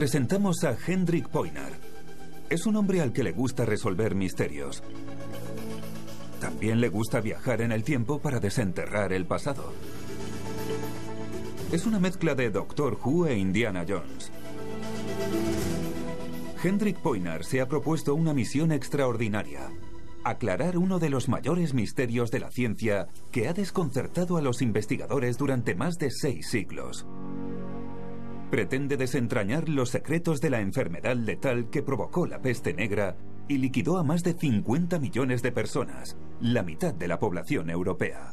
presentamos a Hendrik Poinar. Es un hombre al que le gusta resolver misterios. También le gusta viajar en el tiempo para desenterrar el pasado. Es una mezcla de Doctor Who e Indiana Jones. Hendrik Poinar se ha propuesto una misión extraordinaria: aclarar uno de los mayores misterios de la ciencia que ha desconcertado a los investigadores durante más de 6 siglos. Pretende desentrañar los secretos de la enfermedad letal que provocó la peste negra y liquidó a más de 50 millones de personas, la mitad de la población europea.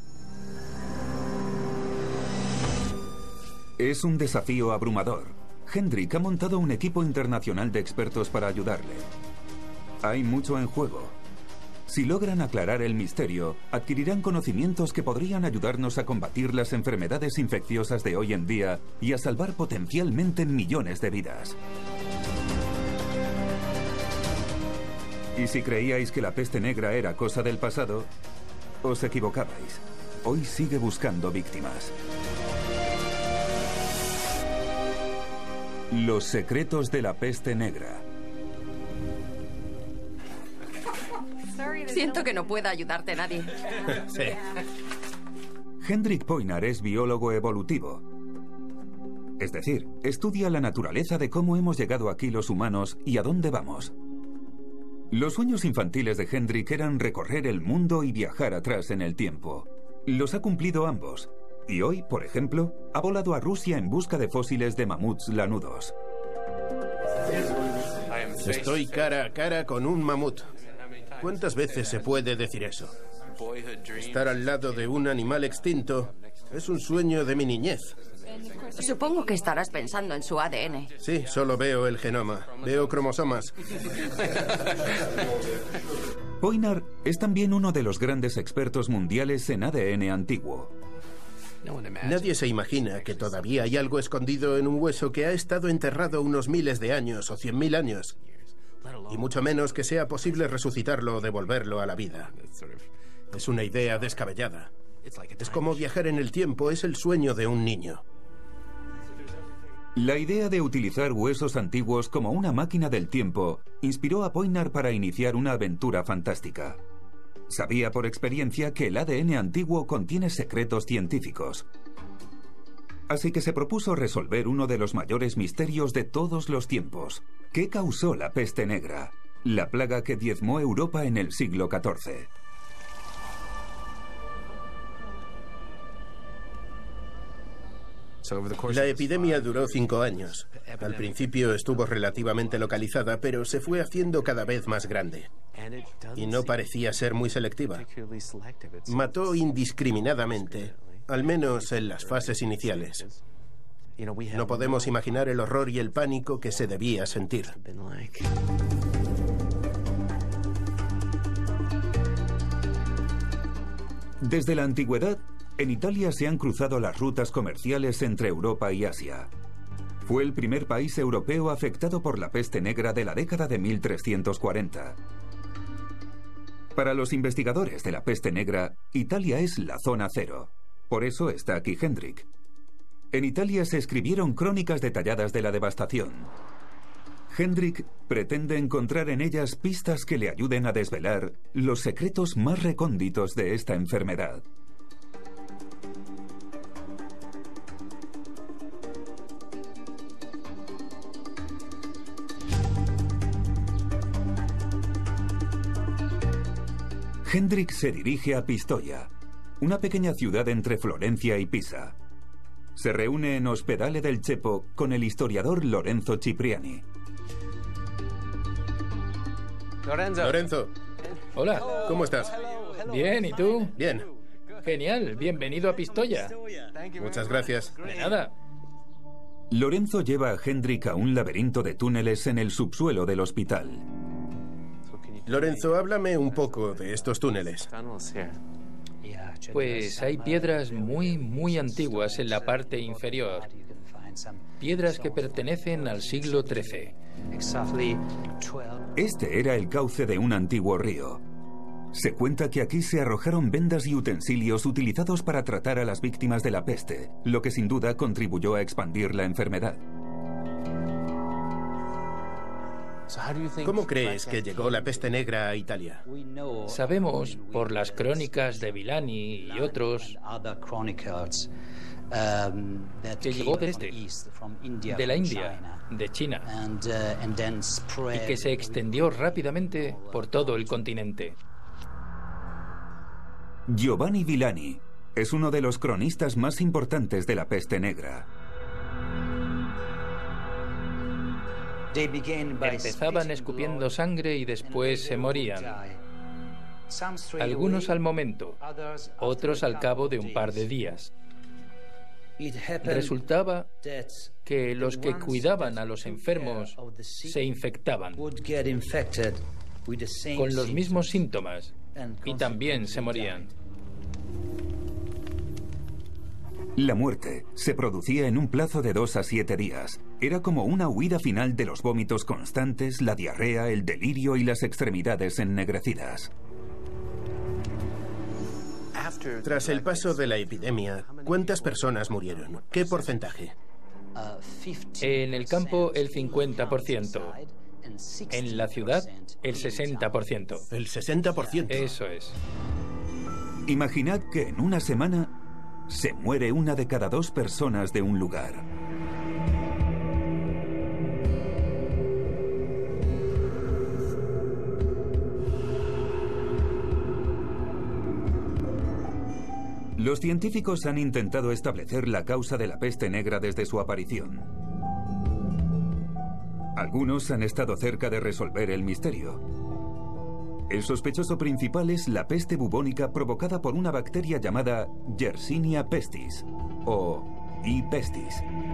Es un desafío abrumador. Hendrik ha montado un equipo internacional de expertos para ayudarle. Hay mucho en juego. Si logran aclarar el misterio, adquirirán conocimientos que podrían ayudarnos a combatir las enfermedades infecciosas de hoy en día y a salvar potencialmente millones de vidas. Y si creíais que la peste negra era cosa del pasado, os equivocabais. Hoy sigue buscando víctimas. Los secretos de la peste negra. Siento que no pueda ayudarte nadie. Sí. Hendrik Poinar es biólogo evolutivo. Es decir, estudia la naturaleza de cómo hemos llegado aquí los humanos y a dónde vamos. Los sueños infantiles de Hendrik eran recorrer el mundo y viajar atrás en el tiempo. Los ha cumplido ambos. Y hoy, por ejemplo, ha volado a Rusia en busca de fósiles de mamuts lanudos. Estoy cara a cara con un mamut. ¿Cuántas veces se puede decir eso? Estar al lado de un animal extinto es un sueño de mi niñez. Supongo que estarás pensando en su ADN. Sí, solo veo el genoma. Veo cromosomas. Poinar es también uno de los grandes expertos mundiales en ADN antiguo. Nadie se imagina que todavía hay algo escondido en un hueso que ha estado enterrado unos miles de años o 100.000 años. Y mucho menos que sea posible resucitarlo o devolverlo a la vida. Es una idea descabellada. Es como viajar en el tiempo, es el sueño de un niño. La idea de utilizar huesos antiguos como una máquina del tiempo inspiró a Poinar para iniciar una aventura fantástica. Sabía por experiencia que el ADN antiguo contiene secretos científicos. Así que se propuso resolver uno de los mayores misterios de todos los tiempos. ¿Qué causó la peste negra? La plaga que diezmó Europa en el siglo XIV. La epidemia duró 5 años. Al principio estuvo relativamente localizada, pero se fue haciendo cada vez más grande. Y no parecía ser muy selectiva. Mató indiscriminadamente, al menos en las fases iniciales. No podemos imaginar el horror y el pánico que se debía sentir. Desde la antigüedad, en Italia se han cruzado las rutas comerciales entre Europa y Asia. Fue el primer país europeo afectado por la peste negra de la década de 1340. Para los investigadores de la peste negra, Italia es la zona cero. Por eso está aquí Hendrik. En Italia se escribieron crónicas detalladas de la devastación. Hendrik pretende encontrar en ellas pistas que le ayuden a desvelar los secretos más recónditos de esta enfermedad. Hendrik se dirige a Pistoia, una pequeña ciudad entre Florencia y Pisa. Se reúne en Ospedale del Chepo con el historiador Lorenzo Cipriani. Lorenzo. Hola. ¿Cómo estás? Bien, ¿y tú? Bien. Genial, bienvenido a Pistoia. Muchas gracias. De nada. Lorenzo lleva a Hendrik a un laberinto de túneles en el subsuelo del hospital. Lorenzo, háblame un poco de estos túneles. Pues hay piedras muy antiguas en la parte inferior. Piedras que pertenecen al siglo XIII. Este era el cauce de un antiguo río. Se cuenta que aquí se arrojaron vendas y utensilios utilizados para tratar a las víctimas de la peste, lo que sin duda contribuyó a expandir la enfermedad. ¿Cómo crees que llegó la peste negra a Italia? Sabemos, por las crónicas de Villani y otros, que llegó desde de la India, de China, y que se extendió rápidamente por todo el continente. Giovanni Villani es uno de los cronistas más importantes de la peste negra. Empezaban escupiendo sangre y después se morían. Algunos al momento, otros al cabo de un par de días. Resultaba que los que cuidaban a los enfermos se infectaban con los mismos síntomas y también se morían. La muerte se producía en un plazo de 2 a 7 días. Era como una huida final de los vómitos constantes, la diarrea, el delirio y las extremidades ennegrecidas. Tras el paso de la epidemia, ¿cuántas personas murieron? ¿Qué porcentaje? En el campo, el 50%. En la ciudad, el 60%. ¿El 60%? Eso es. Imaginad que en una semana se muere 1 de cada 2 personas de un lugar. Los científicos han intentado establecer la causa de la peste negra desde su aparición. Algunos han estado cerca de resolver el misterio. El sospechoso principal es la peste bubónica provocada por una bacteria llamada Yersinia pestis, o E. pestis.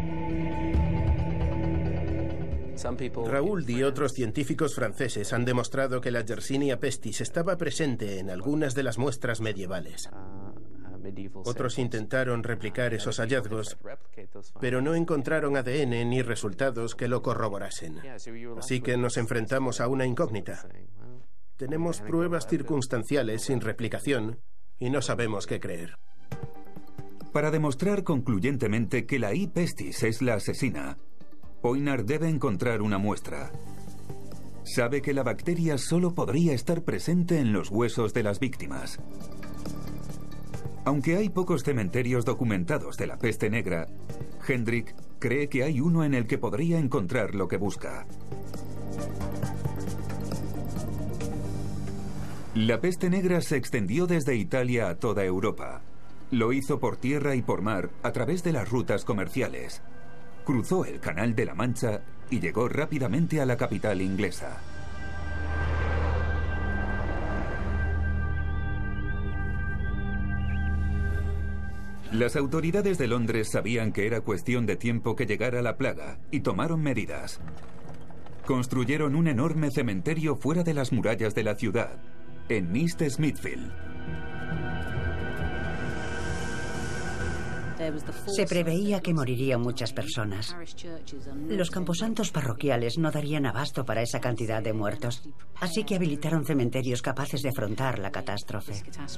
Raoult y otros científicos franceses han demostrado que la Yersinia pestis estaba presente en algunas de las muestras medievales. Otros intentaron replicar esos hallazgos, pero no encontraron ADN ni resultados que lo corroborasen. Así que nos enfrentamos a una incógnita. Tenemos pruebas circunstanciales sin replicación y no sabemos qué creer. Para demostrar concluyentemente que la E. pestis es la asesina, Poinard debe encontrar una muestra. Sabe que la bacteria solo podría estar presente en los huesos de las víctimas. Aunque hay pocos cementerios documentados de la peste negra, Hendrik cree que hay uno en el que podría encontrar lo que busca. La peste negra se extendió desde Italia a toda Europa. Lo hizo por tierra y por mar a través de las rutas comerciales. Cruzó el Canal de la Mancha y llegó rápidamente a la capital inglesa. Las autoridades de Londres sabían que era cuestión de tiempo que llegara la plaga y tomaron medidas. Construyeron un enorme cementerio fuera de las murallas de la ciudad, en East Smithfield. Se preveía que morirían muchas personas. Los camposantos parroquiales no darían abasto para esa cantidad de muertos, así que habilitaron cementerios capaces de afrontar la catástrofe.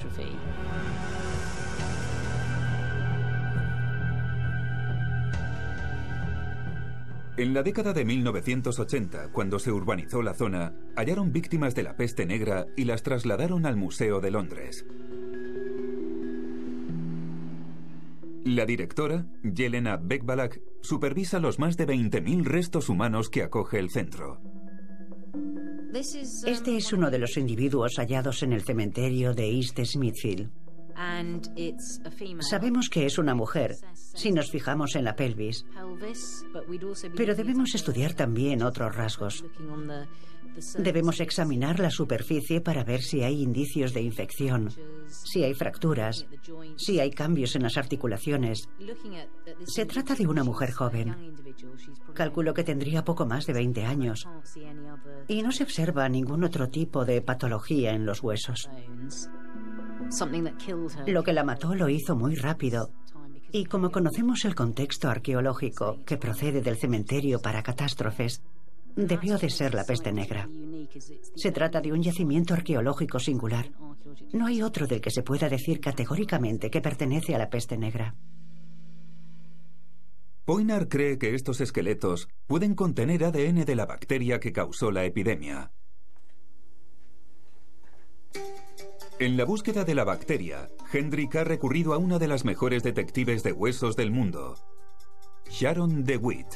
En la década de 1980, cuando se urbanizó la zona, hallaron víctimas de la peste negra y las trasladaron al Museo de Londres. La directora, Jelena Beckbalak, supervisa los más de 20.000 restos humanos que acoge el centro. Este es uno de los individuos hallados en el cementerio de East Smithfield. Sabemos que es una mujer, si nos fijamos en la pelvis, pero debemos estudiar también otros rasgos. Debemos examinar la superficie para ver si hay indicios de infección, si hay fracturas, si hay cambios en las articulaciones. Se trata de una mujer joven. Calculo que tendría poco más de 20 años. Y no se observa ningún otro tipo de patología en los huesos. Lo que la mató lo hizo muy rápido. Y como conocemos el contexto arqueológico que procede del cementerio para catástrofes, debió de ser la peste negra. Se trata de un yacimiento arqueológico singular. No hay otro del que se pueda decir categóricamente que pertenece a la peste negra. Poinar cree que estos esqueletos pueden contener ADN de la bacteria que causó la epidemia. En la búsqueda de la bacteria, Hendrik ha recurrido a una de las mejores detectives de huesos del mundo, Sharon DeWitt.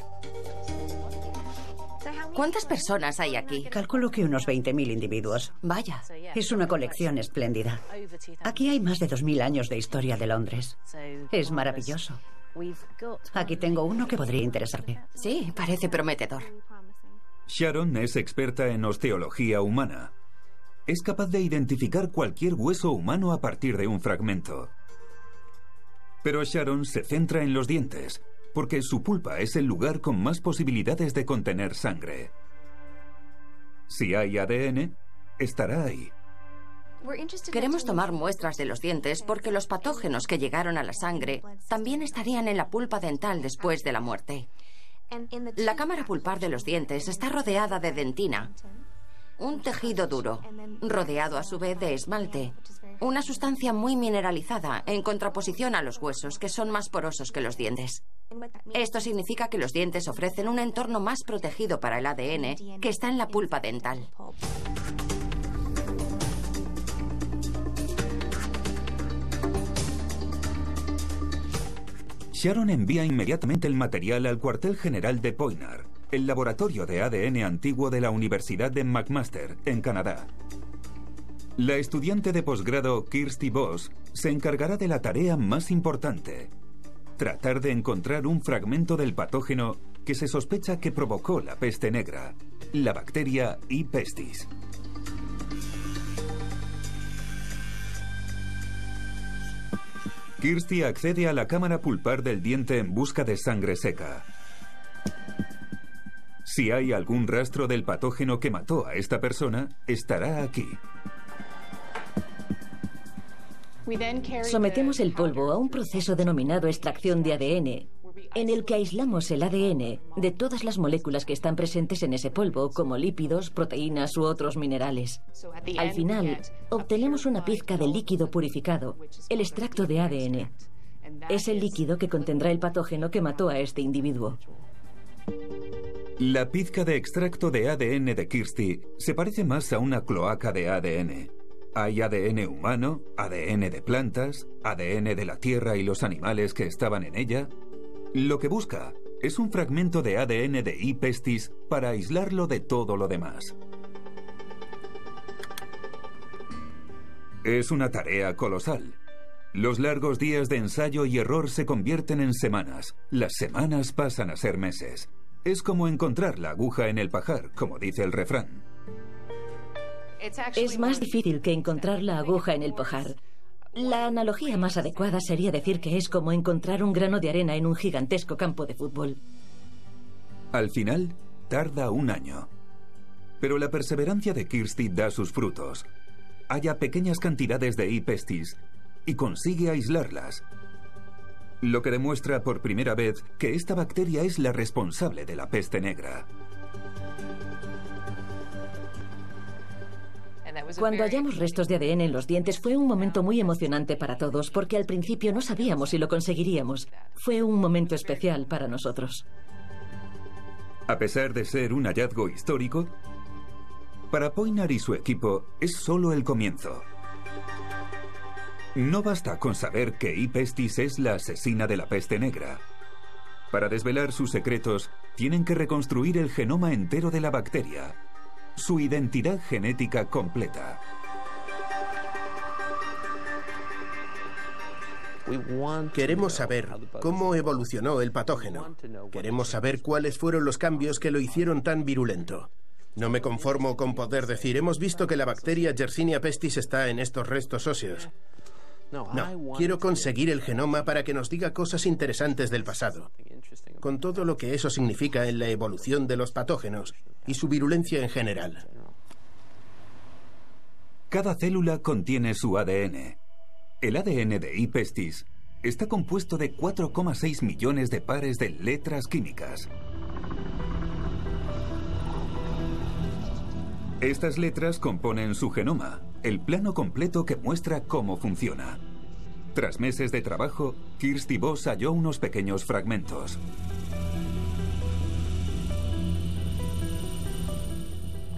¿Cuántas personas hay aquí? Calculo que unos 20.000 individuos. Vaya. Es una colección espléndida. Aquí hay más de 2.000 años de historia de Londres. Es maravilloso. Aquí tengo uno que podría interesarte. Sí, parece prometedor. Sharon es experta en osteología humana. Es capaz de identificar cualquier hueso humano a partir de un fragmento. Pero Sharon se centra en los dientes, porque su pulpa es el lugar con más posibilidades de contener sangre. Si hay ADN, estará ahí. Queremos tomar muestras de los dientes porque los patógenos que llegaron a la sangre también estarían en la pulpa dental después de la muerte. La cámara pulpar de los dientes está rodeada de dentina, un tejido duro, rodeado a su vez de esmalte, una sustancia muy mineralizada en contraposición a los huesos, que son más porosos que los dientes. Esto significa que los dientes ofrecen un entorno más protegido para el ADN que está en la pulpa dental. Sharon envía inmediatamente el material al cuartel general de Poinar, el laboratorio de ADN antiguo de la Universidad de McMaster, en Canadá. La estudiante de posgrado Kirsty Voss se encargará de la tarea más importante: tratar de encontrar un fragmento del patógeno que se sospecha que provocó la peste negra, la bacteria E. pestis. Kirsty accede a la cámara pulpar del diente en busca de sangre seca. Si hay algún rastro del patógeno que mató a esta persona, estará aquí. Sometemos el polvo a un proceso denominado extracción de ADN, en el que aislamos el ADN de todas las moléculas que están presentes en ese polvo, como lípidos, proteínas u otros minerales. Al final, obtenemos una pizca de líquido purificado, el extracto de ADN. Es el líquido que contendrá el patógeno que mató a este individuo. La pizca de extracto de ADN de Kirsty se parece más a una cloaca de ADN. Hay ADN humano, ADN de plantas, ADN de la tierra y los animales que estaban en ella. Lo que busca es un fragmento de ADN de E. pestis para aislarlo de todo lo demás. Es una tarea colosal. Los largos días de ensayo y error se convierten en semanas. Las semanas pasan a ser meses. Es como encontrar la aguja en el pajar, como dice el refrán. Es más difícil que encontrar la aguja en el pajar. La analogía más adecuada sería decir que es como encontrar un grano de arena en un gigantesco campo de fútbol. Al final, tarda un año. Pero la perseverancia de Kirsty da sus frutos. Halla pequeñas cantidades de E. pestis y consigue aislarlas, lo que demuestra por primera vez que esta bacteria es la responsable de la peste negra. Cuando hallamos restos de ADN en los dientes fue un momento muy emocionante para todos, porque al principio no sabíamos si lo conseguiríamos. Fue un momento especial para nosotros. A pesar de ser un hallazgo histórico, para Poinar y su equipo es solo el comienzo. No basta con saber que E. pestis es la asesina de la peste negra. Para desvelar sus secretos, tienen que reconstruir el genoma entero de la bacteria, su identidad genética completa. Queremos saber cómo evolucionó el patógeno. Queremos saber cuáles fueron los cambios que lo hicieron tan virulento. No me conformo con poder decir, hemos visto que la bacteria Yersinia pestis está en estos restos óseos. No, quiero conseguir el genoma para que nos diga cosas interesantes del pasado, con todo lo que eso significa en la evolución de los patógenos y su virulencia en general. Cada célula contiene su ADN. El ADN de E. pestis está compuesto de 4,6 millones de pares de letras químicas. Estas letras componen su genoma, el plano completo que muestra cómo funciona. Tras meses de trabajo, Kirsty Voss halló unos pequeños fragmentos.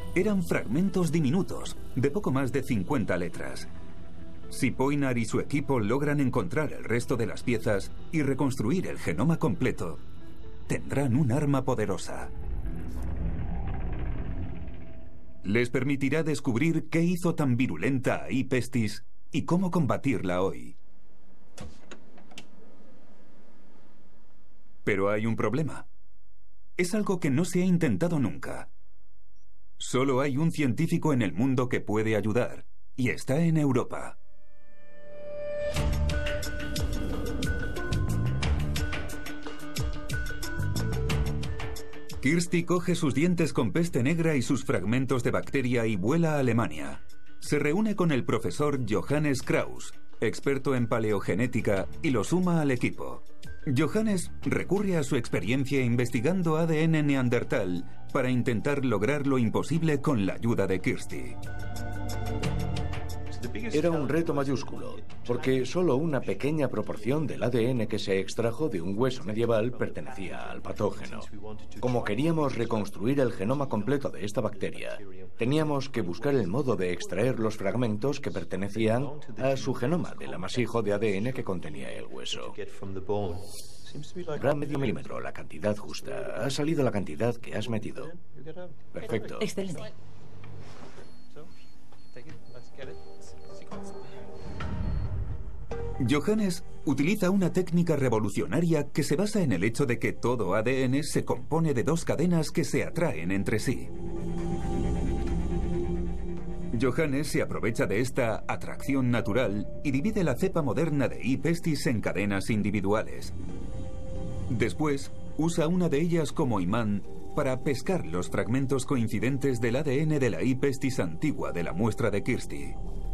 Eran fragmentos diminutos, de poco más de 50 letras. Si Poinar y su equipo logran encontrar el resto de las piezas y reconstruir el genoma completo, tendrán un arma poderosa. Les permitirá descubrir qué hizo tan virulenta a E. pestis y cómo combatirla hoy. Pero hay un problema. Es algo que no se ha intentado nunca. Solo hay un científico en el mundo que puede ayudar, y está en Europa. Kirsty coge sus dientes con peste negra y sus fragmentos de bacteria y vuela a Alemania. Se reúne con el profesor Johannes Kraus, experto en paleogenética, y lo suma al equipo. Johannes recurre a su experiencia investigando ADN neandertal para intentar lograr lo imposible con la ayuda de Kirsty. Era un reto mayúsculo, porque solo una pequeña proporción del ADN que se extrajo de un hueso medieval pertenecía al patógeno. Como queríamos reconstruir el genoma completo de esta bacteria, teníamos que buscar el modo de extraer los fragmentos que pertenecían a su genoma del amasijo de ADN que contenía el hueso. Habrá medio milímetro, la cantidad justa. Ha salido la cantidad que has metido. Perfecto. Excelente. Johannes utiliza una técnica revolucionaria que se basa en el hecho de que todo ADN se compone de dos cadenas que se atraen entre sí. Johannes se aprovecha de esta atracción natural y divide la cepa moderna de E. pestis en cadenas individuales. Después, usa una de ellas como imán para pescar los fragmentos coincidentes del ADN de la E. pestis antigua de la muestra de Kirsty.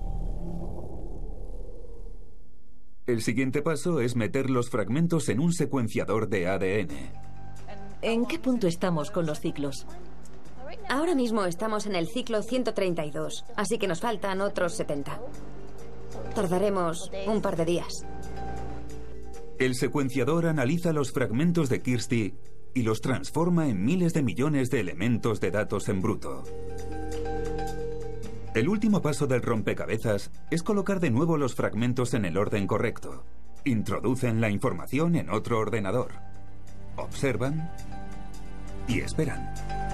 El siguiente paso es meter los fragmentos en un secuenciador de ADN. ¿En qué punto estamos con los ciclos? Ahora mismo estamos en el ciclo 132, así que nos faltan otros 70. Tardaremos un par de días. El secuenciador analiza los fragmentos de Kirsty y los transforma en miles de millones de elementos de datos en bruto. El último paso del rompecabezas es colocar de nuevo los fragmentos en el orden correcto. Introducen la información en otro ordenador. Observan y esperan.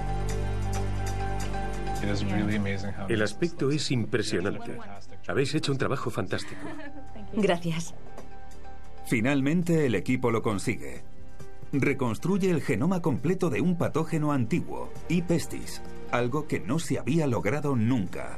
El aspecto es impresionante. Habéis hecho un trabajo fantástico. Gracias. Finalmente el equipo lo consigue. Reconstruye el genoma completo de un patógeno antiguo, E. pestis, algo que no se había logrado nunca.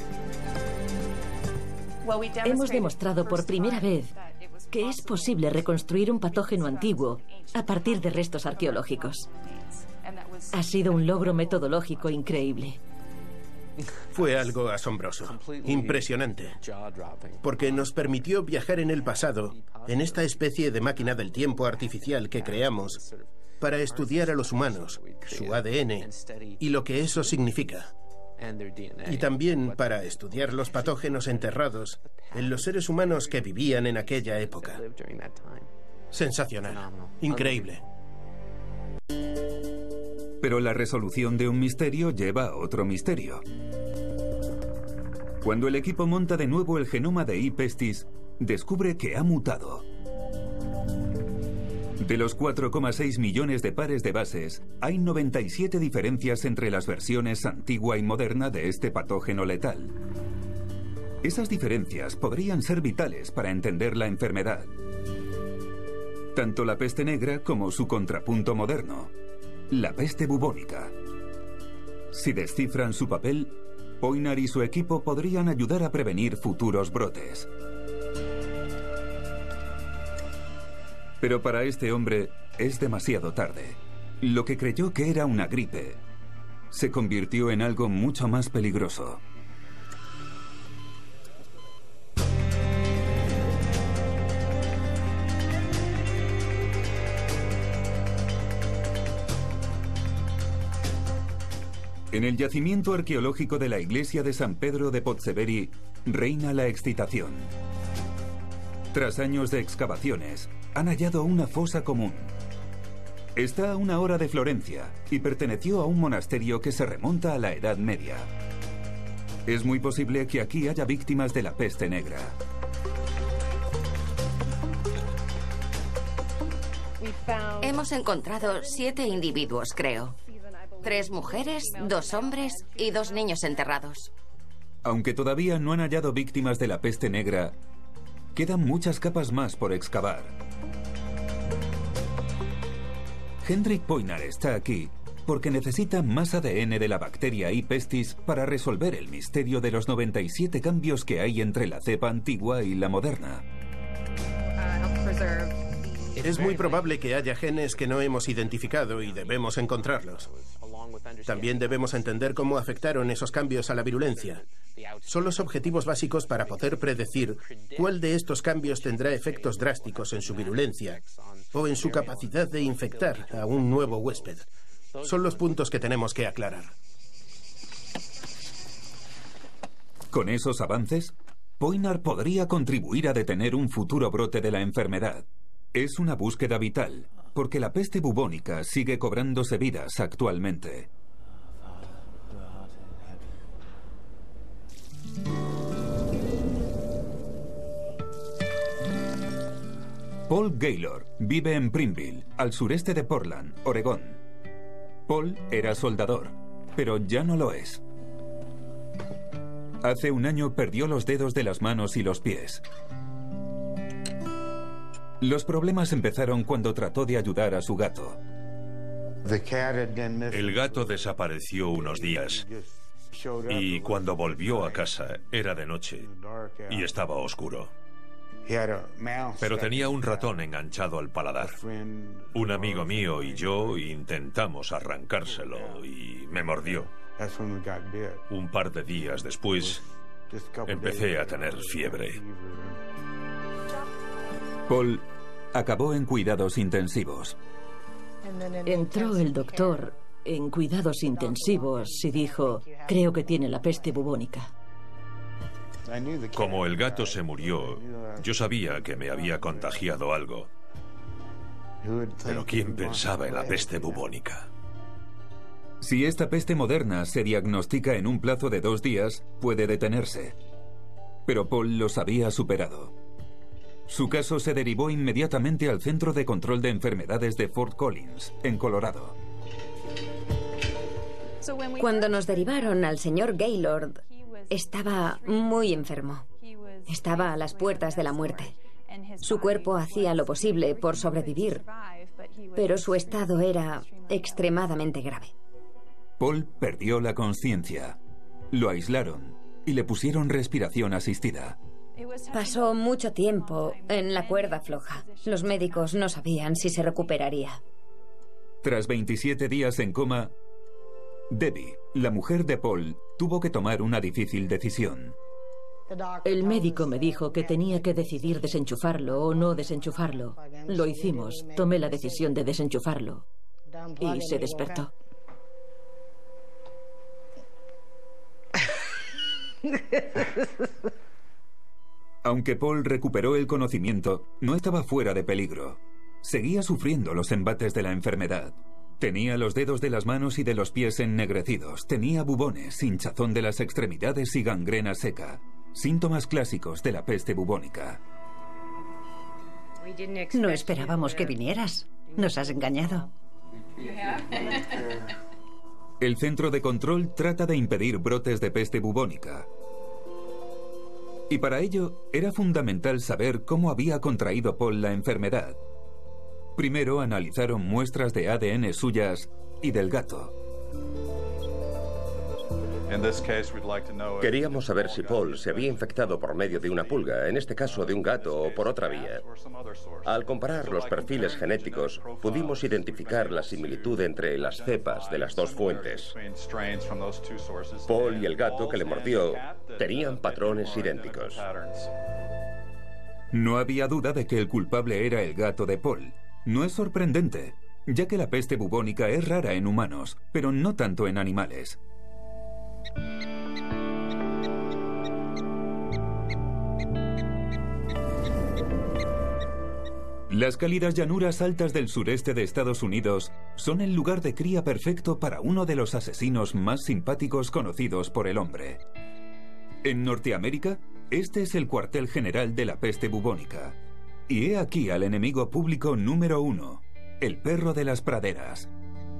Hemos demostrado por primera vez que es posible reconstruir un patógeno antiguo a partir de restos arqueológicos. Ha sido un logro metodológico increíble. Fue algo asombroso, impresionante, porque nos permitió viajar en el pasado, en esta especie de máquina del tiempo artificial que creamos, para estudiar a los humanos, su ADN y lo que eso significa. Y también para estudiar los patógenos enterrados en los seres humanos que vivían en aquella época. Sensacional, increíble. Pero la resolución de un misterio lleva a otro misterio. Cuando el equipo monta de nuevo el genoma de E. pestis, descubre que ha mutado. De los 4,6 millones de pares de bases, hay 97 diferencias entre las versiones antigua y moderna de este patógeno letal. Esas diferencias podrían ser vitales para entender la enfermedad. Tanto la peste negra como su contrapunto moderno, la peste bubónica. Si descifran su papel, Poinar y su equipo podrían ayudar a prevenir futuros brotes. Pero para este hombre es demasiado tarde. Lo que creyó que era una gripe se convirtió en algo mucho más peligroso. En el yacimiento arqueológico de la iglesia de San Pedro de Pozzeveri reina la excitación. Tras años de excavaciones, han hallado una fosa común. Está a 1 hora de Florencia y perteneció a un monasterio que se remonta a la Edad Media. Es muy posible que aquí haya víctimas de la peste negra. Hemos encontrado 7 individuos, creo. 3 mujeres, 2 hombres y 2 niños enterrados. Aunque todavía no han hallado víctimas de la peste negra, quedan muchas capas más por excavar. Hendrik Poinar está aquí porque necesita más ADN de la bacteria E. pestis para resolver el misterio de los 97 cambios que hay entre la cepa antigua y la moderna. Es muy probable que haya genes que no hemos identificado y debemos encontrarlos. También debemos entender cómo afectaron esos cambios a la virulencia. Son los objetivos básicos para poder predecir cuál de estos cambios tendrá efectos drásticos en su virulencia o en su capacidad de infectar a un nuevo huésped. Son los puntos que tenemos que aclarar. Con esos avances, Poinar podría contribuir a detener un futuro brote de la enfermedad. Es una búsqueda vital, porque la peste bubónica sigue cobrándose vidas actualmente. Paul Gaylord vive en Prineville, al sureste de Portland, Oregón. Paul era soldador, pero ya no lo es. Hace un año perdió los dedos de las manos y los pies. Los problemas empezaron cuando trató de ayudar a su gato. El gato desapareció unos días y cuando volvió a casa era de noche y estaba oscuro. Pero tenía un ratón enganchado al paladar. Un amigo mío y yo intentamos arrancárselo y me mordió. Un par de días después, empecé a tener fiebre. Paul acabó en cuidados intensivos. Entró el doctor en cuidados intensivos y dijo, creo que tiene la peste bubónica. Como el gato se murió, yo sabía que me había contagiado algo. Pero ¿quién pensaba en la peste bubónica? Si esta peste moderna se diagnostica en un plazo de 2 días, puede detenerse. Pero Paul los había superado. Su caso se derivó inmediatamente al Centro de Control de Enfermedades de Fort Collins, en Colorado. Cuando nos derivaron al señor Gaylord, estaba muy enfermo. Estaba a las puertas de la muerte. Su cuerpo hacía lo posible por sobrevivir, pero su estado era extremadamente grave. Paul perdió la conciencia. Lo aislaron y le pusieron respiración asistida. Pasó mucho tiempo en la cuerda floja. Los médicos no sabían si se recuperaría. Tras 27 días en coma, Debbie, la mujer de Paul, tuvo que tomar una difícil decisión. El médico me dijo que tenía que decidir desenchufarlo o no desenchufarlo. Lo hicimos. Tomé la decisión de desenchufarlo. Y se despertó. Aunque Paul recuperó el conocimiento, no estaba fuera de peligro. Seguía sufriendo los embates de la enfermedad. Tenía los dedos de las manos y de los pies ennegrecidos, tenía bubones, hinchazón de las extremidades y gangrena seca. Síntomas clásicos de la peste bubónica. No esperábamos que vinieras. Nos has engañado. El centro de control trata de impedir brotes de peste bubónica. Y para ello era fundamental saber cómo había contraído Paul la enfermedad. Primero analizaron muestras de ADN suyas y del gato. Queríamos saber si Paul se había infectado por medio de una pulga, en este caso de un gato, o por otra vía. Al comparar los perfiles genéticos, pudimos identificar la similitud entre las cepas de las dos fuentes. Paul y el gato que le mordió tenían patrones idénticos. No había duda de que el culpable era el gato de Paul. No es sorprendente, ya que la peste bubónica es rara en humanos, pero no tanto en animales. Las cálidas llanuras altas del sureste de Estados Unidos son el lugar de cría perfecto para uno de los asesinos más simpáticos conocidos por el hombre. En Norteamérica, este es el cuartel general de la peste bubónica. Y he aquí al enemigo público número 1, el perro de las praderas.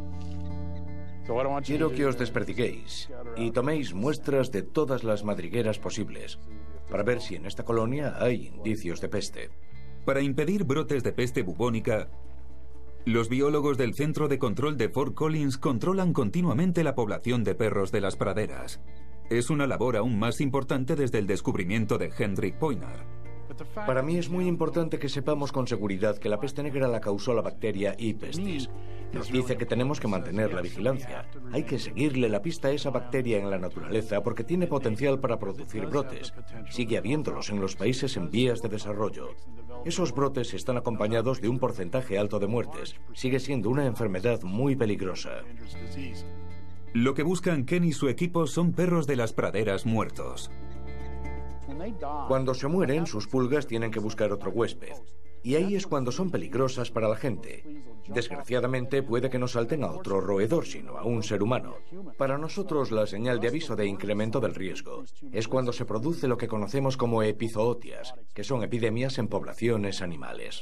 Quiero que os despertiguéis y toméis muestras de todas las madrigueras posibles para ver si en esta colonia hay indicios de peste. Para impedir brotes de peste bubónica, los biólogos del Centro de Control de Fort Collins controlan continuamente la población de perros de las praderas. Es una labor aún más importante desde el descubrimiento de Hendrik Poinar. Para mí es muy importante que sepamos con seguridad que la peste negra la causó la bacteria E. pestis. Nos dice que tenemos que mantener la vigilancia. Hay que seguirle la pista a esa bacteria en la naturaleza porque tiene potencial para producir brotes. Sigue habiéndolos en los países en vías de desarrollo. Esos brotes están acompañados de un porcentaje alto de muertes. Sigue siendo una enfermedad muy peligrosa. Lo que buscan Ken y su equipo son perros de las praderas muertos. Cuando se mueren, sus pulgas tienen que buscar otro huésped. Y ahí es cuando son peligrosas para la gente. Desgraciadamente, puede que no salten a otro roedor, sino a un ser humano. Para nosotros, la señal de aviso de incremento del riesgo es cuando se produce lo que conocemos como epizootias, que son epidemias en poblaciones animales.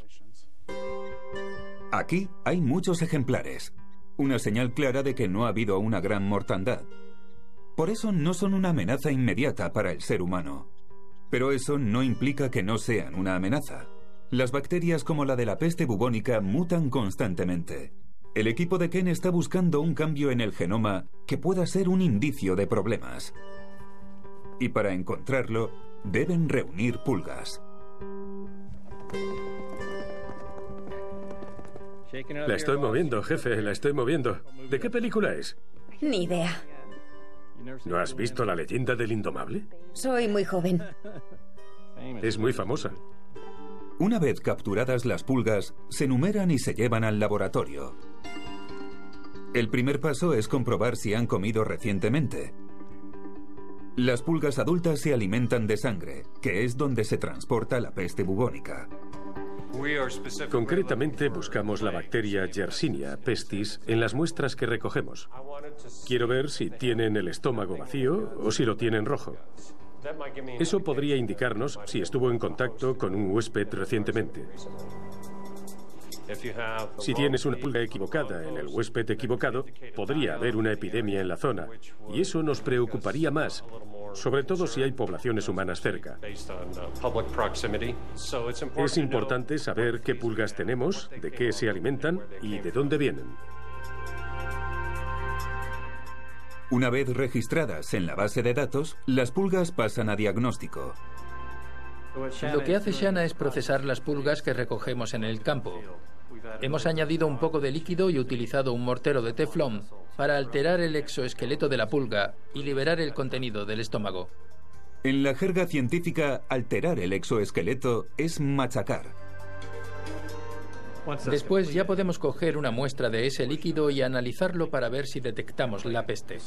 Aquí hay muchos ejemplares. Una señal clara de que no ha habido una gran mortandad. Por eso no son una amenaza inmediata para el ser humano. Pero eso no implica que no sean una amenaza. Las bacterias como la de la peste bubónica mutan constantemente. El equipo de Ken está buscando un cambio en el genoma que pueda ser un indicio de problemas. Y para encontrarlo, deben reunir pulgas. La estoy moviendo, jefe, la estoy moviendo. ¿De qué película es? Ni idea. ¿No has visto La leyenda del indomable? Soy muy joven. Es muy famosa. Una vez capturadas las pulgas, se numeran y se llevan al laboratorio. El primer paso es comprobar si han comido recientemente. Las pulgas adultas se alimentan de sangre, que es donde se transporta la peste bubónica. Concretamente buscamos la bacteria Yersinia pestis en las muestras que recogemos. Quiero ver si tienen el estómago vacío o si lo tienen rojo. Eso podría indicarnos si estuvo en contacto con un huésped recientemente. Si tienes una pulga equivocada en el huésped equivocado, podría haber una epidemia en la zona, y eso nos preocuparía más, sobre todo si hay poblaciones humanas cerca. Es importante saber qué pulgas tenemos, de qué se alimentan y de dónde vienen. Una vez registradas en la base de datos, las pulgas pasan a diagnóstico. Lo que hace Shanna es procesar las pulgas que recogemos en el campo. Hemos añadido un poco de líquido y utilizado un mortero de teflón para alterar el exoesqueleto de la pulga y liberar el contenido del estómago. En la jerga científica, alterar el exoesqueleto es machacar. Después ya podemos coger una muestra de ese líquido y analizarlo para ver si detectamos la peste.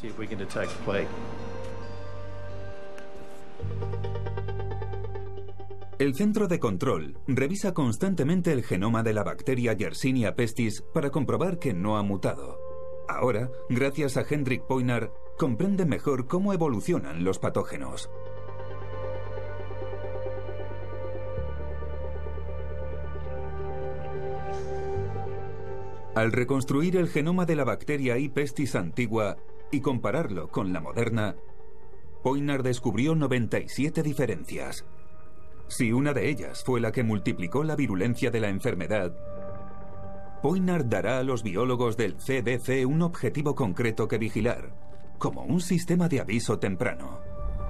El centro de control revisa constantemente el genoma de la bacteria Yersinia pestis para comprobar que no ha mutado. Ahora, gracias a Hendrik Poinar, comprende mejor cómo evolucionan los patógenos. Al reconstruir el genoma de la bacteria E. pestis antigua y compararlo con la moderna, Poinar descubrió 97 diferencias. Si una de ellas fue la que multiplicó la virulencia de la enfermedad, Poinar dará a los biólogos del CDC un objetivo concreto que vigilar, como un sistema de aviso temprano.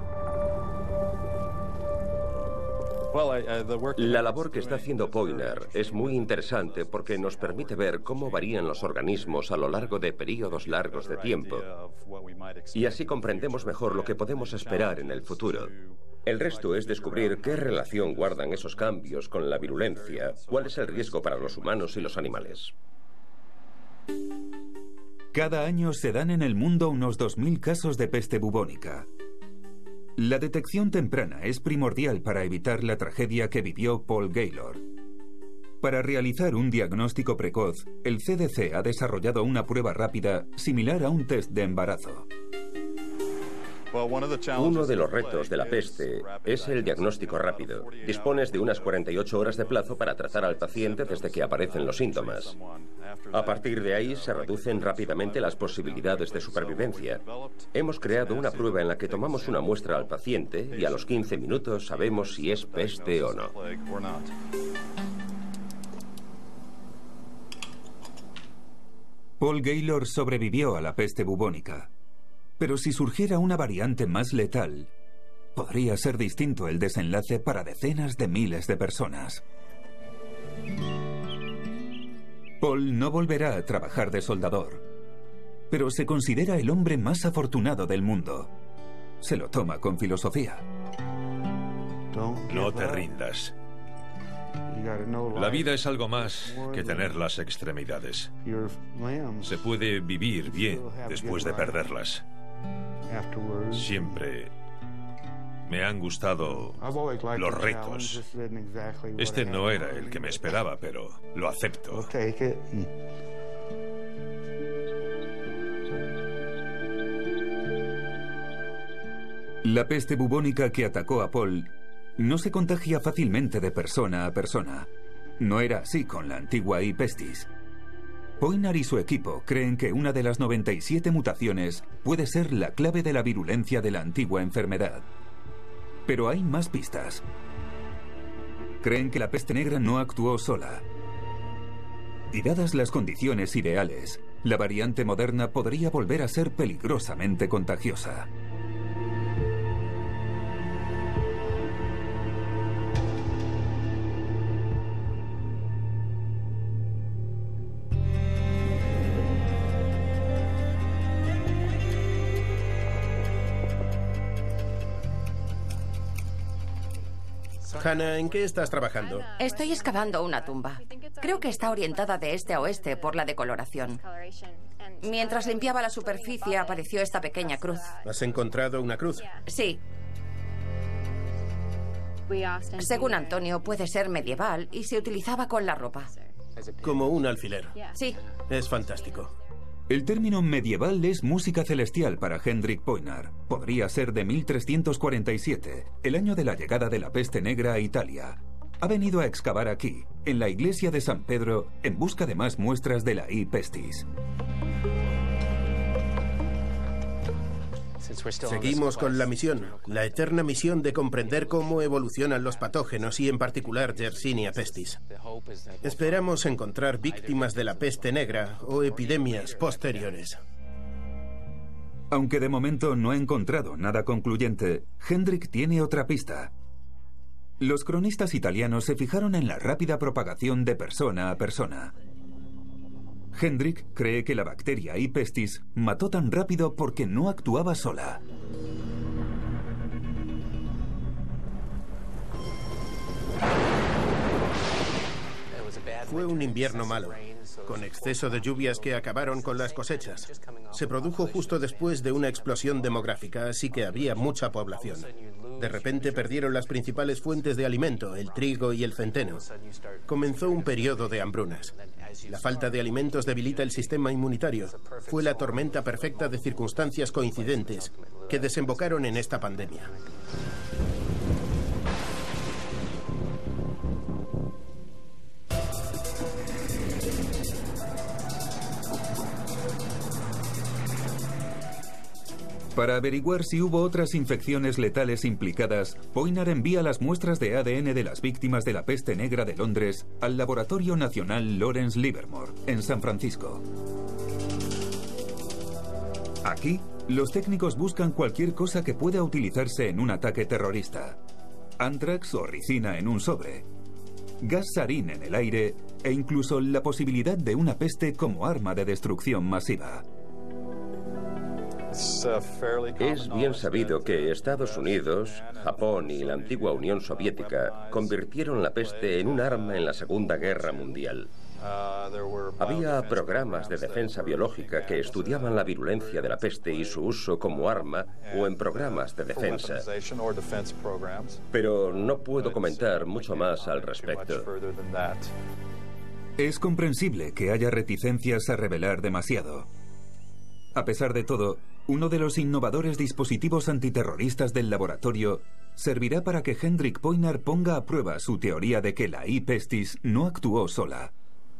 La labor que está haciendo Poinar es muy interesante porque nos permite ver cómo varían los organismos a lo largo de periodos largos de tiempo. Y así comprendemos mejor lo que podemos esperar en el futuro. El resto es descubrir qué relación guardan esos cambios con la virulencia, cuál es el riesgo para los humanos y los animales. Cada año se dan en el mundo unos 2000 casos de peste bubónica. La detección temprana es primordial para evitar la tragedia que vivió Paul Gaylord. Para realizar un diagnóstico precoz, el CDC ha desarrollado una prueba rápida similar a un test de embarazo. Uno de los retos de la peste es el diagnóstico rápido. Dispones de unas 48 horas de plazo para tratar al paciente desde que aparecen los síntomas. A partir de ahí se reducen rápidamente las posibilidades de supervivencia. Hemos creado una prueba en la que tomamos una muestra al paciente y a los 15 minutos sabemos si es peste o no. Paul Gaylor sobrevivió a la peste bubónica. Pero si surgiera una variante más letal, podría ser distinto el desenlace para decenas de miles de personas. Paul no volverá a trabajar de soldador, pero se considera el hombre más afortunado del mundo. Se lo toma con filosofía. No te rindas. La vida es algo más que tener las extremidades. Se puede vivir bien después de perderlas. Siempre me han gustado los retos. Este no era el que me esperaba, pero lo acepto. La peste bubónica que atacó a Paul no se contagia fácilmente de persona a persona. No era así con la antigua E. pestis. Poinar y su equipo creen que una de las 97 mutaciones puede ser la clave de la virulencia de la antigua enfermedad. Pero hay más pistas. Creen que la peste negra no actuó sola. Y dadas las condiciones ideales, la variante moderna podría volver a ser peligrosamente contagiosa. Hannah, ¿en qué estás trabajando? Estoy excavando una tumba. Creo que está orientada de este a oeste por la decoloración. Mientras limpiaba la superficie apareció esta pequeña cruz. ¿Has encontrado una cruz? Sí. Según Antonio, puede ser medieval y se utilizaba con la ropa. Como un alfiler. Sí. Es fantástico. El término medieval es música celestial para Hendrik Poinar. Podría ser de 1347, el año de la llegada de la peste negra a Italia. Ha venido a excavar aquí, en la iglesia de San Pedro, en busca de más muestras de la E. pestis. Seguimos con la misión, la eterna misión de comprender cómo evolucionan los patógenos y en particular Yersinia pestis. Esperamos encontrar víctimas de la peste negra o epidemias posteriores. Aunque de momento no ha encontrado nada concluyente, Hendrik tiene otra pista. Los cronistas italianos se fijaron en la rápida propagación de persona a persona. Hendrik cree que la bacteria E. pestis mató tan rápido porque no actuaba sola. Fue un invierno malo, con exceso de lluvias que acabaron con las cosechas. Se produjo justo después de una explosión demográfica, así que había mucha población. De repente perdieron las principales fuentes de alimento, el trigo y el centeno. Comenzó un periodo de hambrunas. La falta de alimentos debilita el sistema inmunitario. Fue la tormenta perfecta de circunstancias coincidentes que desembocaron en esta pandemia. Para averiguar si hubo otras infecciones letales implicadas, Poinar envía las muestras de ADN de las víctimas de la peste negra de Londres al Laboratorio Nacional Lawrence Livermore, en San Francisco. Aquí, los técnicos buscan cualquier cosa que pueda utilizarse en un ataque terrorista. Anthrax o ricina en un sobre, gas sarín en el aire e incluso la posibilidad de una peste como arma de destrucción masiva. Es bien sabido que Estados Unidos, Japón y la antigua Unión Soviética convirtieron la peste en un arma en la Segunda Guerra Mundial. Había programas de defensa biológica que estudiaban la virulencia de la peste y su uso como arma o en programas de defensa. Pero no puedo comentar mucho más al respecto. Es comprensible que haya reticencias a revelar demasiado. A pesar de todo, uno de los innovadores dispositivos antiterroristas del laboratorio servirá para que Hendrik Poinar ponga a prueba su teoría de que la E. pestis no actuó sola.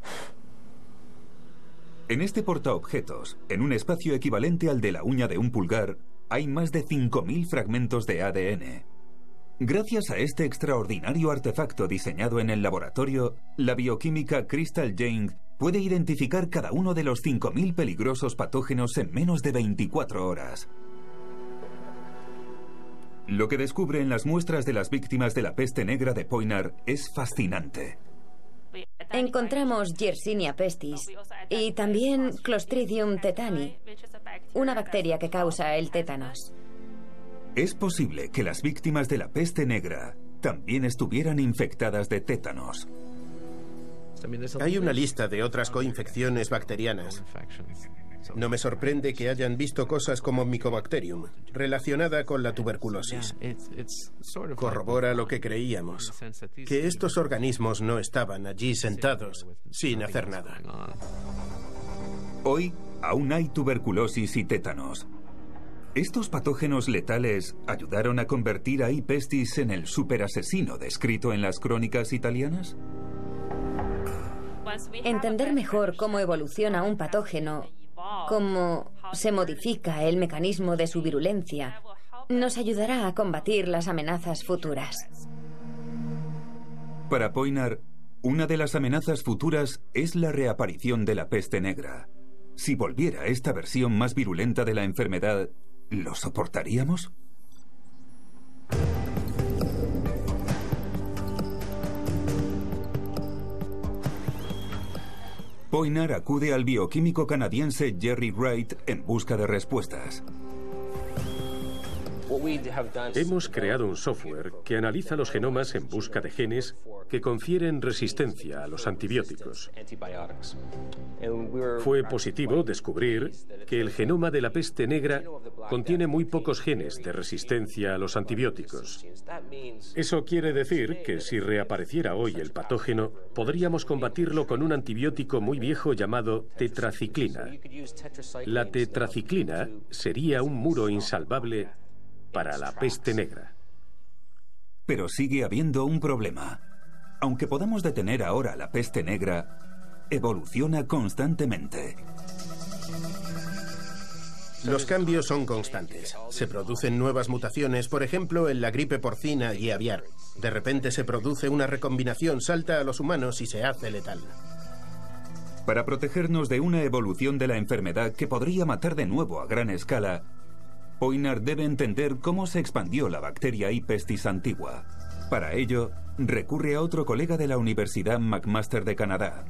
En este portaobjetos, en un espacio equivalente al de la uña de un pulgar, hay más de 5.000 fragmentos de ADN. Gracias a este extraordinario artefacto diseñado en el laboratorio, la bioquímica Crystal Jane puede identificar cada uno de los 5.000 peligrosos patógenos en menos de 24 horas. Lo que descubre en las muestras de las víctimas de la peste negra de Poinar es fascinante. Encontramos Yersinia pestis y también Clostridium tetani, una bacteria que causa el tétanos. Es posible que las víctimas de la peste negra también estuvieran infectadas de tétanos. Hay una lista de otras coinfecciones bacterianas. No me sorprende que hayan visto cosas como Mycobacterium, relacionada con la tuberculosis. Corrobora lo que creíamos, que estos organismos no estaban allí sentados, sin hacer nada. Hoy aún hay tuberculosis y tétanos. ¿Estos patógenos letales ayudaron a convertir a E. pestis en el superasesino descrito en las crónicas italianas? Entender mejor cómo evoluciona un patógeno, cómo se modifica el mecanismo de su virulencia, nos ayudará a combatir las amenazas futuras. Para Poinar, una de las amenazas futuras es la reaparición de la peste negra. Si volviera esta versión más virulenta de la enfermedad, ¿lo soportaríamos? Poinar acude al bioquímico canadiense Jerry Wright en busca de respuestas. Hemos creado un software que analiza los genomas en busca de genes que confieren resistencia a los antibióticos. Fue positivo descubrir que el genoma de la peste negra contiene muy pocos genes de resistencia a los antibióticos. Eso quiere decir que si reapareciera hoy el patógeno, podríamos combatirlo con un antibiótico muy viejo llamado tetraciclina. La tetraciclina sería un muro insalvable para la peste negra. Pero sigue habiendo un problema. Aunque podamos detener ahora la peste negra, evoluciona constantemente. Los cambios son constantes. Se producen nuevas mutaciones, por ejemplo, en la gripe porcina y aviar. De repente se produce una recombinación, salta a los humanos y se hace letal. Para protegernos de una evolución de la enfermedad que podría matar de nuevo a gran escala, Poinar debe entender cómo se expandió la bacteria E. pestis antigua. Para ello, recurre a otro colega de la Universidad McMaster de Canadá.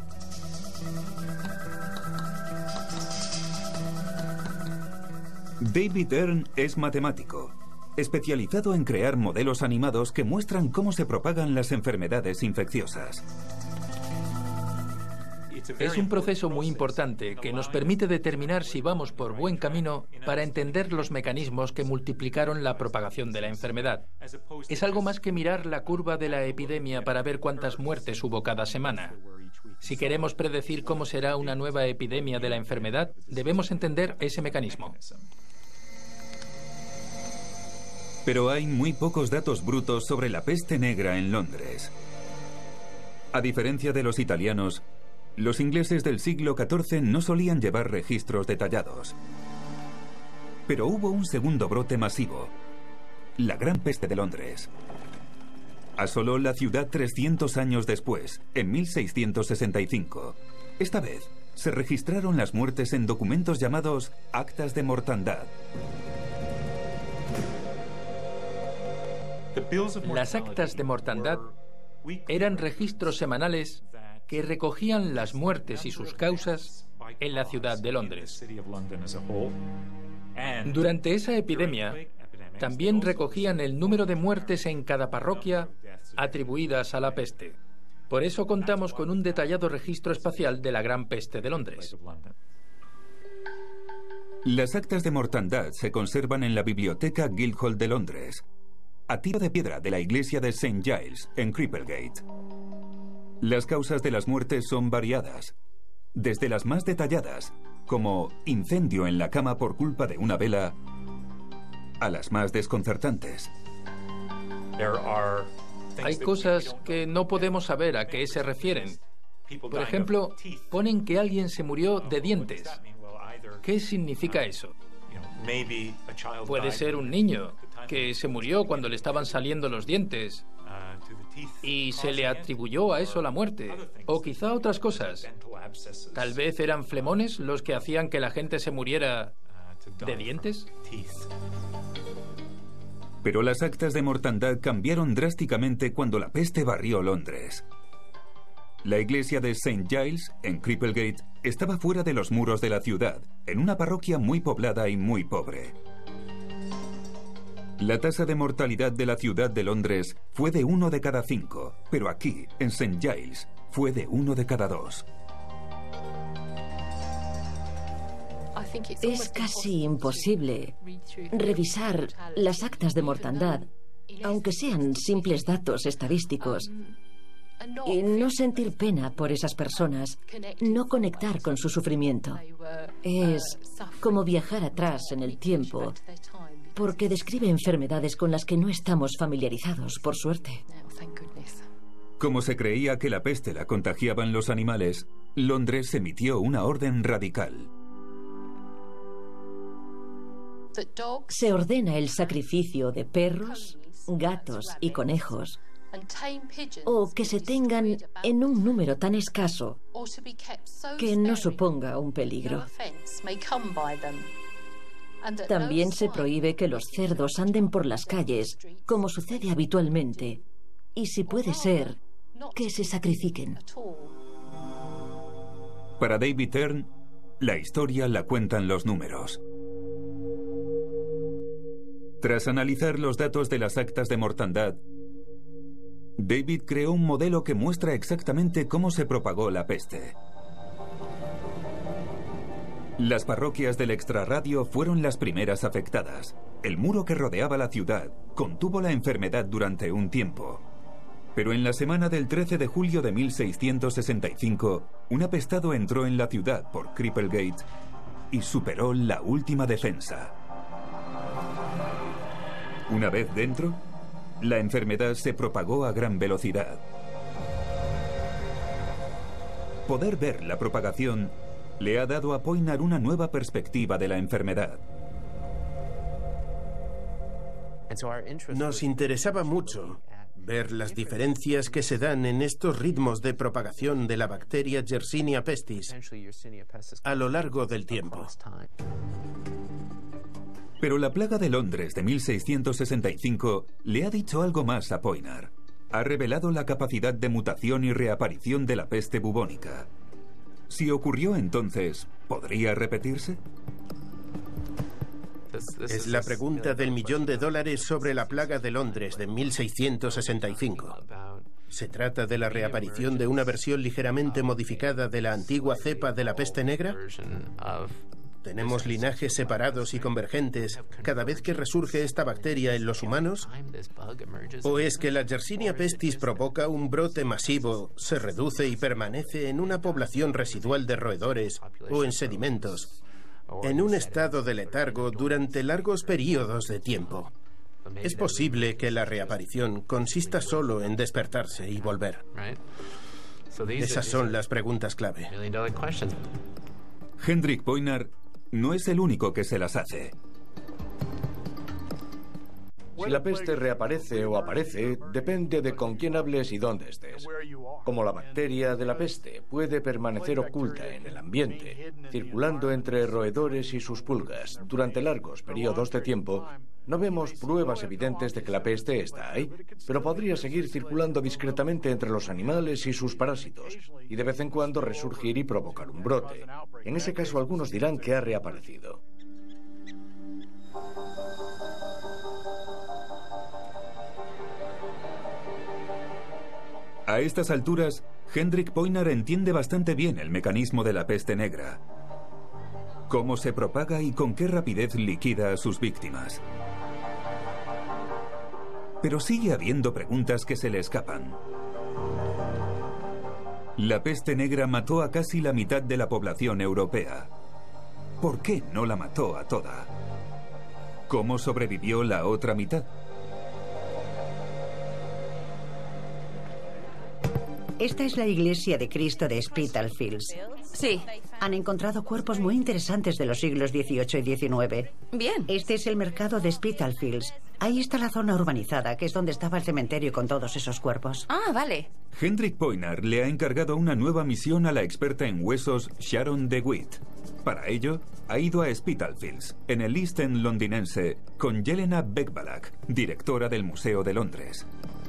David Earn es matemático, especializado en crear modelos animados que muestran cómo se propagan las enfermedades infecciosas. Es un proceso muy importante que nos permite determinar si vamos por buen camino para entender los mecanismos que multiplicaron la propagación de la enfermedad. Es algo más que mirar la curva de la epidemia para ver cuántas muertes hubo cada semana. Si queremos predecir cómo será una nueva epidemia de la enfermedad, debemos entender ese mecanismo. Pero hay muy pocos datos brutos sobre la peste negra en Londres. A diferencia de los italianos, los ingleses del siglo XIV no solían llevar registros detallados. Pero hubo un segundo brote masivo, la Gran Peste de Londres. Asoló la ciudad 300 años después, en 1665. Esta vez se registraron las muertes en documentos llamados actas de mortandad. Las actas de mortandad eran registros semanales que recogían las muertes y sus causas en la ciudad de Londres. Durante esa epidemia, también recogían el número de muertes en cada parroquia atribuidas a la peste. Por eso contamos con un detallado registro espacial de la Gran Peste de Londres. Las actas de mortandad se conservan en la Biblioteca Guildhall de Londres, a tiro de piedra de la iglesia de St. Giles, en Cripplegate. Las causas de las muertes son variadas, desde las más detalladas, como incendio en la cama por culpa de una vela, a las más desconcertantes. Hay cosas que no podemos saber a qué se refieren. Por ejemplo, ponen que alguien se murió de dientes. ¿Qué significa eso? Puede ser un niño que se murió cuando le estaban saliendo los dientes y se le atribuyó a eso la muerte. O quizá otras cosas. Tal vez eran flemones los que hacían que la gente se muriera de dientes. Pero las actas de mortandad cambiaron drásticamente cuando la peste barrió Londres. La iglesia de St. Giles, en Cripplegate, estaba fuera de los muros de la ciudad, en una parroquia muy poblada y muy pobre. La tasa de mortalidad de la ciudad de Londres fue de 1 de cada 5, pero aquí, en St. Giles, fue de 1 de cada 2. Es casi imposible revisar las actas de mortandad, aunque sean simples datos estadísticos, y no sentir pena por esas personas, no conectar con su sufrimiento. Es como viajar atrás en el tiempo, porque describe enfermedades con las que no estamos familiarizados, por suerte. Como se creía que la peste la contagiaban los animales, Londres emitió una orden radical. Se ordena el sacrificio de perros, gatos y conejos, o que se tengan en un número tan escaso que no suponga un peligro. También se prohíbe que los cerdos anden por las calles, como sucede habitualmente, y si puede ser, que se sacrifiquen. Para David Hearn, la historia la cuentan los números. Tras analizar los datos de las actas de mortandad, David creó un modelo que muestra exactamente cómo se propagó la peste. Las parroquias del extrarradio fueron las primeras afectadas. El muro que rodeaba la ciudad contuvo la enfermedad durante un tiempo. Pero en la semana del 13 de julio de 1665, un apestado entró en la ciudad por Cripplegate y superó la última defensa. Una vez dentro, la enfermedad se propagó a gran velocidad. Poder ver la propagación le ha dado a Poinar una nueva perspectiva de la enfermedad. Nos interesaba mucho ver las diferencias que se dan en estos ritmos de propagación de la bacteria Yersinia pestis a lo largo del tiempo. Pero la plaga de Londres de 1665 le ha dicho algo más a Poinar. Ha revelado la capacidad de mutación y reaparición de la peste bubónica. Si ocurrió entonces, ¿podría repetirse? Es la pregunta del $1.000.000 sobre la plaga de Londres de 1665. ¿Se trata de la reaparición de una versión ligeramente modificada de la antigua cepa de la peste negra? ¿Tenemos linajes separados y convergentes cada vez que resurge esta bacteria en los humanos? ¿O es que la Yersinia pestis provoca un brote masivo, se reduce y permanece en una población residual de roedores o en sedimentos, en un estado de letargo durante largos periodos de tiempo? Es posible que la reaparición consista solo en despertarse y volver. Esas son las preguntas clave. Hendrik Poinar no es el único que se las hace. Si la peste reaparece o aparece, depende de con quién hables y dónde estés. Como la bacteria de la peste puede permanecer oculta en el ambiente, circulando entre roedores y sus pulgas durante largos periodos de tiempo, no vemos pruebas evidentes de que la peste está ahí, pero podría seguir circulando discretamente entre los animales y sus parásitos, y de vez en cuando resurgir y provocar un brote. En ese caso, algunos dirán que ha reaparecido. A estas alturas, Hendrik Poynar entiende bastante bien el mecanismo de la peste negra. Cómo se propaga y con qué rapidez liquida a sus víctimas. Pero sigue habiendo preguntas que se le escapan. La peste negra mató a casi la mitad de la población europea. ¿Por qué no la mató a toda? ¿Cómo sobrevivió la otra mitad? Esta es la iglesia de Cristo de Spitalfields. Sí. Han encontrado cuerpos muy interesantes de los siglos XVIII y XIX. Bien. Este es el mercado de Spitalfields. Ahí está la zona urbanizada, que es donde estaba el cementerio con todos esos cuerpos. Ah, vale. Hendrik Poynar le ha encargado una nueva misión a la experta en huesos Sharon DeWitt. Para ello, ha ido a Spitalfields, en el East End londinense, con Jelena Beckbalak, directora del Museo de Londres.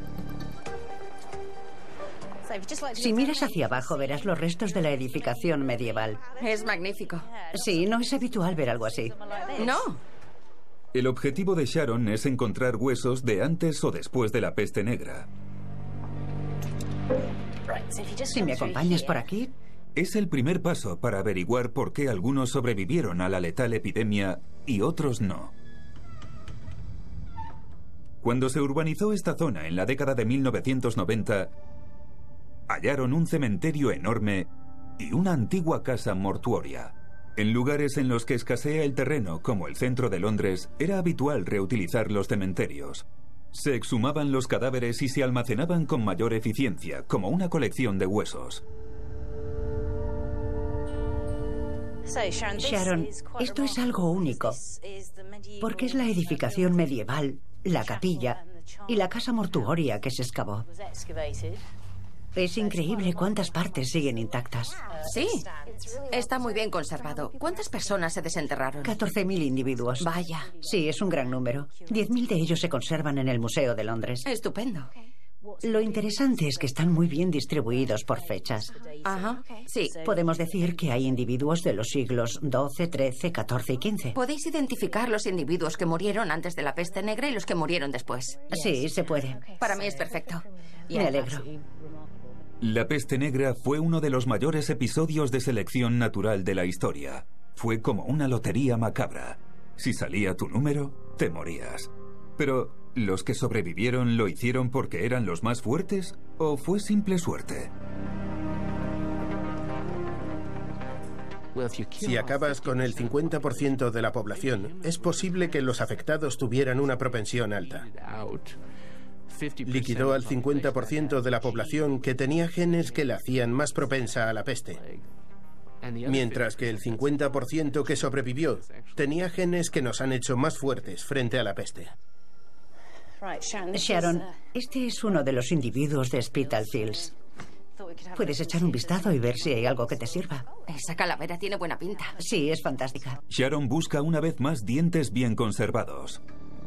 Si miras hacia abajo, verás los restos de la edificación medieval. Es magnífico. Sí, no es habitual ver algo así. No. El objetivo de Sharon es encontrar huesos de antes o después de la peste negra. Si me acompañas por aquí... Es el primer paso para averiguar por qué algunos sobrevivieron a la letal epidemia y otros no. Cuando se urbanizó esta zona en la década de 1990, hallaron un cementerio enorme y una antigua casa mortuoria. En lugares en los que escasea el terreno, como el centro de Londres, era habitual reutilizar los cementerios. Se exhumaban los cadáveres y se almacenaban con mayor eficiencia, como una colección de huesos. Sharon, esto es algo único, porque es la edificación medieval, la capilla y la casa mortuoria que se excavó. Es increíble cuántas partes siguen intactas. Sí, está muy bien conservado. ¿Cuántas personas se desenterraron? 14.000 individuos. Vaya. Sí, es un gran número. 10.000 de ellos se conservan en el Museo de Londres. Estupendo. Lo interesante es que están muy bien distribuidos por fechas. Ajá, sí. Podemos decir que hay individuos de los siglos XII, XIII, XIV y XV. ¿Podéis identificar los individuos que murieron antes de la peste negra y los que murieron después? Sí, se puede. Para mí es perfecto. Me alegro. La peste negra fue uno de los mayores episodios de selección natural de la historia. Fue como una lotería macabra. Si salía tu número, te morías. Pero, ¿los que sobrevivieron lo hicieron porque eran los más fuertes o fue simple suerte? Si acabas con el 50% de la población, es posible que los afectados tuvieran una propensión alta. Liquidó al 50% de la población que tenía genes que la hacían más propensa a la peste, mientras que el 50% que sobrevivió tenía genes que nos han hecho más fuertes frente a la peste. Sharon, este es uno de los individuos de Spitalfields. Puedes echar un vistazo y ver si hay algo que te sirva. Esa calavera tiene buena pinta. Sí, es fantástica. Sharon busca una vez más dientes bien conservados.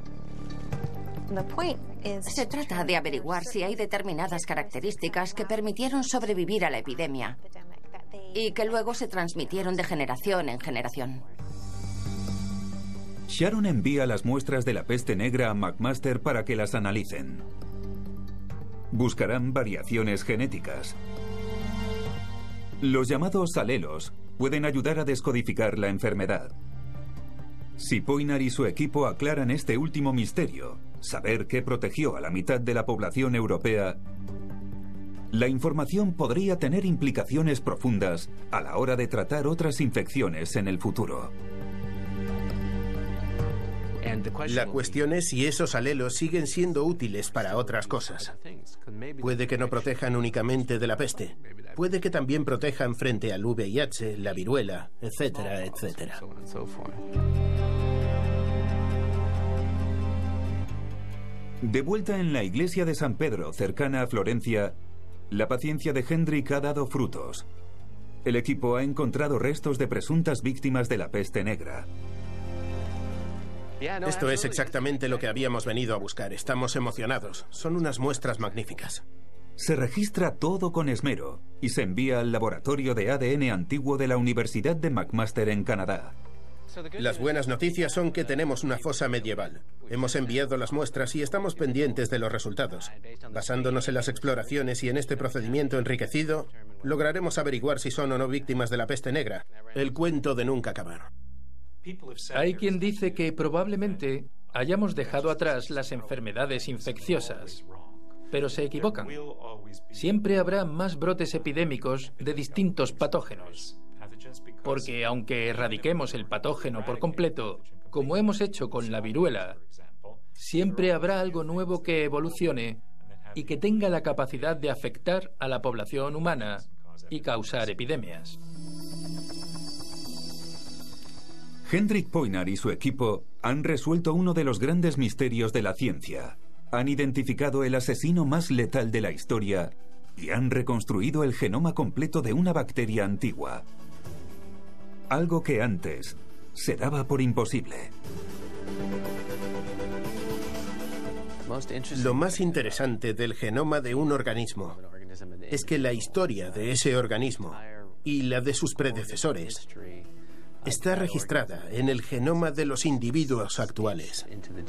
Se trata de averiguar si hay determinadas características que permitieron sobrevivir a la epidemia y que luego se transmitieron de generación en generación. Sharon envía las muestras de la peste negra a McMaster para que las analicen. Buscarán variaciones genéticas. Los llamados alelos pueden ayudar a descodificar la enfermedad. Si Poynar y su equipo aclaran este último misterio, saber qué protegió a la mitad de la población europea, la información podría tener implicaciones profundas a la hora de tratar otras infecciones en el futuro. La cuestión es si esos alelos siguen siendo útiles para otras cosas. Puede que no protejan únicamente de la peste. Puede que también protejan frente al VIH, la viruela, etcétera, etcétera. De vuelta en la iglesia de San Pedro, cercana a Florencia, la paciencia de Hendrik ha dado frutos. El equipo ha encontrado restos de presuntas víctimas de la peste negra. Esto es exactamente lo que habíamos venido a buscar. Estamos emocionados. Son unas muestras magníficas. Se registra todo con esmero y se envía al laboratorio de ADN antiguo de la Universidad de McMaster en Canadá. Las buenas noticias son que tenemos una fosa medieval. Hemos enviado las muestras y estamos pendientes de los resultados. Basándonos en las exploraciones y en este procedimiento enriquecido, lograremos averiguar si son o no víctimas de la peste negra. El cuento de nunca acabar. Hay quien dice que probablemente hayamos dejado atrás las enfermedades infecciosas, pero se equivocan. Siempre habrá más brotes epidémicos de distintos patógenos. Porque aunque erradiquemos el patógeno por completo, como hemos hecho con la viruela, siempre habrá algo nuevo que evolucione y que tenga la capacidad de afectar a la población humana y causar epidemias. Hendrik Poinar y su equipo han resuelto uno de los grandes misterios de la ciencia. Han identificado el asesino más letal de la historia y han reconstruido el genoma completo de una bacteria antigua. Algo que antes se daba por imposible. Lo más interesante del genoma de un organismo es que la historia de ese organismo y la de sus predecesores está registrada en el genoma de los individuos actuales.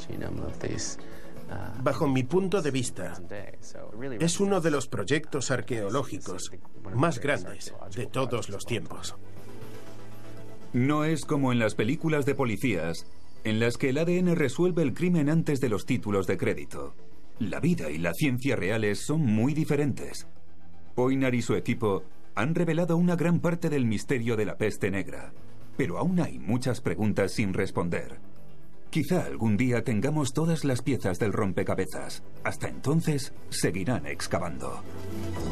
Bajo mi punto de vista, es uno de los proyectos arqueológicos más grandes de todos los tiempos. No es como en las películas de policías, en las que el ADN resuelve el crimen antes de los títulos de crédito. La vida y la ciencia reales son muy diferentes. Poinar y su equipo han revelado una gran parte del misterio de la peste negra, pero aún hay muchas preguntas sin responder. Quizá algún día tengamos todas las piezas del rompecabezas. Hasta entonces, seguirán excavando.